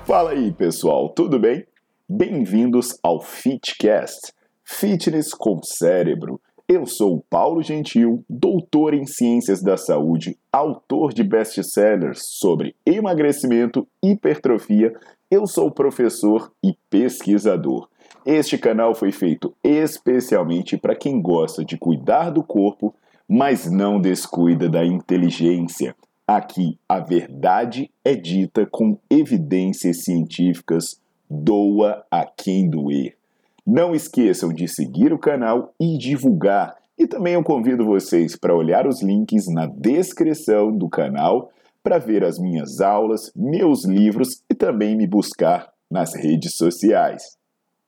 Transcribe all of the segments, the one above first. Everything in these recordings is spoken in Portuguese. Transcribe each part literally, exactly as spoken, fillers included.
Fala aí, pessoal, tudo bem? Bem-vindos ao Fitcast, Fitness com Cérebro. Eu sou o Paulo Gentil, doutor em Ciências da Saúde, autor de best-sellers sobre emagrecimento, hipertrofia. Eu sou professor e pesquisador. Este canal foi feito especialmente para quem gosta de cuidar do corpo, mas não descuida da inteligência. Aqui, a verdade é dita com evidências científicas, doa a quem doer. Não esqueçam de seguir o canal e divulgar. E também eu convido vocês para olhar os links na descrição do canal para ver as minhas aulas, meus livros e também me buscar nas redes sociais.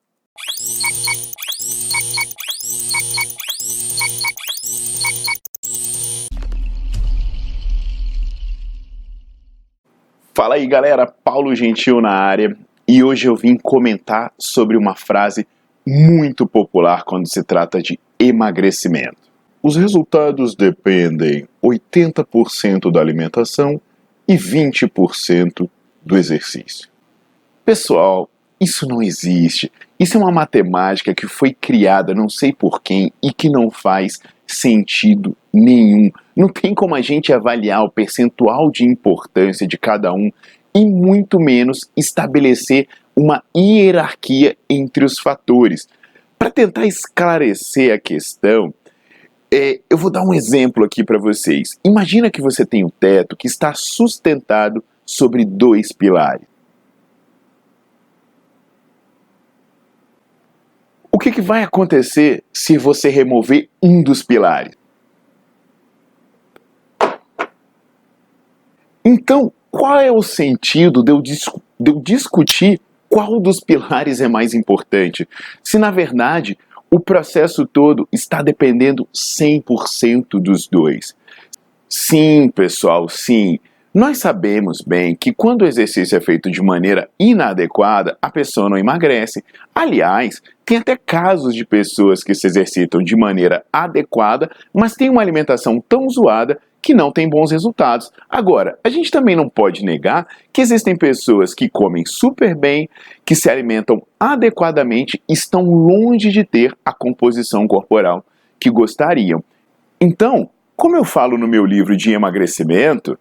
Fala aí, galera, Paulo Gentil na área, e hoje eu vim comentar sobre uma frase muito popular quando se trata de emagrecimento. Os resultados dependem oitenta por cento da alimentação e vinte por cento do exercício. Pessoal, isso não existe. Isso é uma matemática que foi criada não sei por quem e que não faz sentido nenhum. Não tem como a gente avaliar o percentual de importância de cada um e muito menos estabelecer uma hierarquia entre os fatores. Para tentar esclarecer a questão, é, eu vou dar um exemplo aqui para vocês. Imagina que você tem um teto que está sustentado sobre dois pilares. O que, que vai acontecer se você remover um dos pilares? Então, qual é o sentido de eu, dis- de eu discutir qual dos pilares é mais importante? Se, na verdade, o processo todo está dependendo cem por cento dos dois. Sim, pessoal, sim. Nós sabemos bem que quando o exercício é feito de maneira inadequada, a pessoa não emagrece. Aliás, tem até casos de pessoas que se exercitam de maneira adequada, mas têm uma alimentação tão zoada que não tem bons resultados. Agora, a gente também não pode negar que existem pessoas que comem super bem, que se alimentam adequadamente e estão longe de ter a composição corporal que gostariam. Então, como eu falo no meu livro de emagrecimento,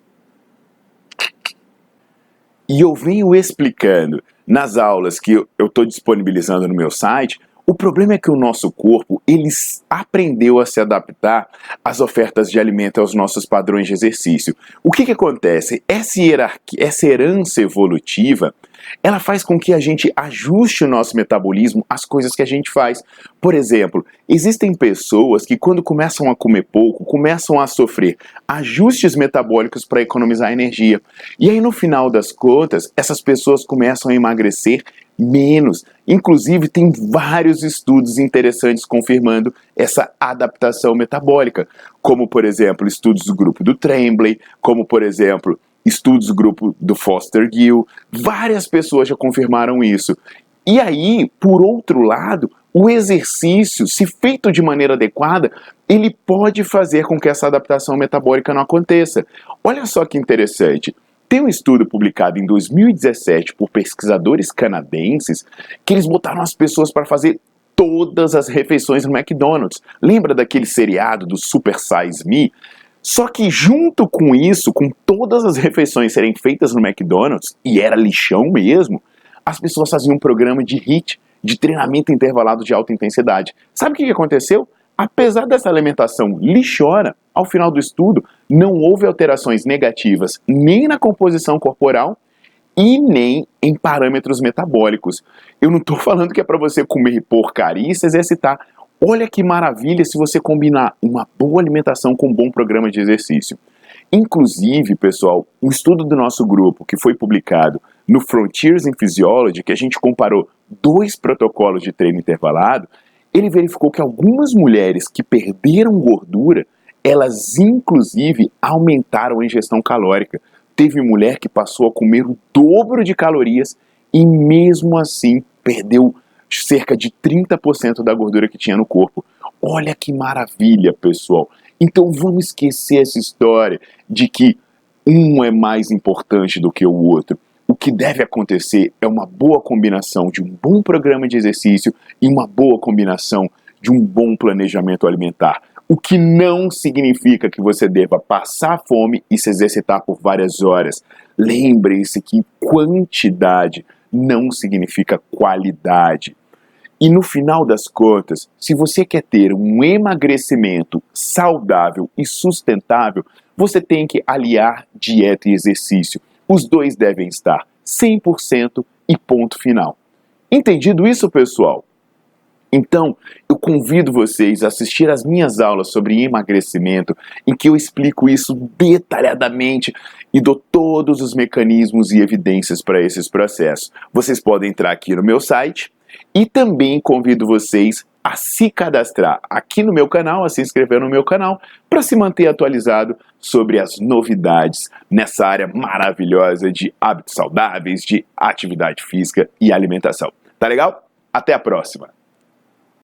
e eu venho explicando nas aulas que eu estou disponibilizando no meu site, o problema é que o nosso corpo, ele aprendeu a se adaptar às ofertas de alimento, aos nossos padrões de exercício. O que que acontece? Essa hierarquia, essa herança evolutiva, ela faz com que a gente ajuste o nosso metabolismo às coisas que a gente faz. Por exemplo, existem pessoas que quando começam a comer pouco, começam a sofrer ajustes metabólicos para economizar energia. E aí no final das contas, essas pessoas começam a emagrecer menos. Inclusive, tem vários estudos interessantes confirmando essa adaptação metabólica, como, por exemplo, estudos do grupo do Tremblay, como, por exemplo, estudos do grupo do Foster Gill. Várias pessoas já confirmaram isso. E aí, por outro lado, o exercício, se feito de maneira adequada, ele pode fazer com que essa adaptação metabólica não aconteça. Olha só que interessante. Tem um estudo publicado em dois mil e dezessete por pesquisadores canadenses que eles botaram as pessoas para fazer todas as refeições no McDonald's. Lembra daquele seriado do Super Size Me? Só que junto com isso, com todas as refeições serem feitas no McDonald's, e era lixão mesmo, as pessoas faziam um programa de H I I T, de treinamento intervalado de alta intensidade. Sabe o que aconteceu? Apesar dessa alimentação lixona, ao final do estudo, não houve alterações negativas nem na composição corporal e nem em parâmetros metabólicos. Eu não estou falando que é para você comer porcaria e se exercitar. Olha que maravilha se você combinar uma boa alimentação com um bom programa de exercício. Inclusive, pessoal, um estudo do nosso grupo que foi publicado no Frontiers in Physiology, que a gente comparou dois protocolos de treino intervalado, ele verificou que algumas mulheres que perderam gordura, elas inclusive aumentaram a ingestão calórica. Teve mulher que passou a comer o dobro de calorias e mesmo assim perdeu cerca de trinta por cento da gordura que tinha no corpo. Olha que maravilha, pessoal. Então vamos esquecer essa história de que um é mais importante do que o outro. O que deve acontecer é uma boa combinação de um bom programa de exercício e uma boa combinação de um bom planejamento alimentar. O que não significa que você deva passar fome e se exercitar por várias horas. Lembre-se que quantidade não significa qualidade. E no final das contas, se você quer ter um emagrecimento saudável e sustentável, você tem que aliar dieta e exercício. Os dois devem estar cem por cento e ponto final. Entendido isso, pessoal? Então, eu convido vocês a assistir às minhas aulas sobre emagrecimento, em que eu explico isso detalhadamente e dou todos os mecanismos e evidências para esses processos. Vocês podem entrar aqui no meu site e também convido vocês a se cadastrar aqui no meu canal, a se inscrever no meu canal, para se manter atualizado sobre as novidades nessa área maravilhosa de hábitos saudáveis, de atividade física e alimentação. Tá legal? Até a próxima!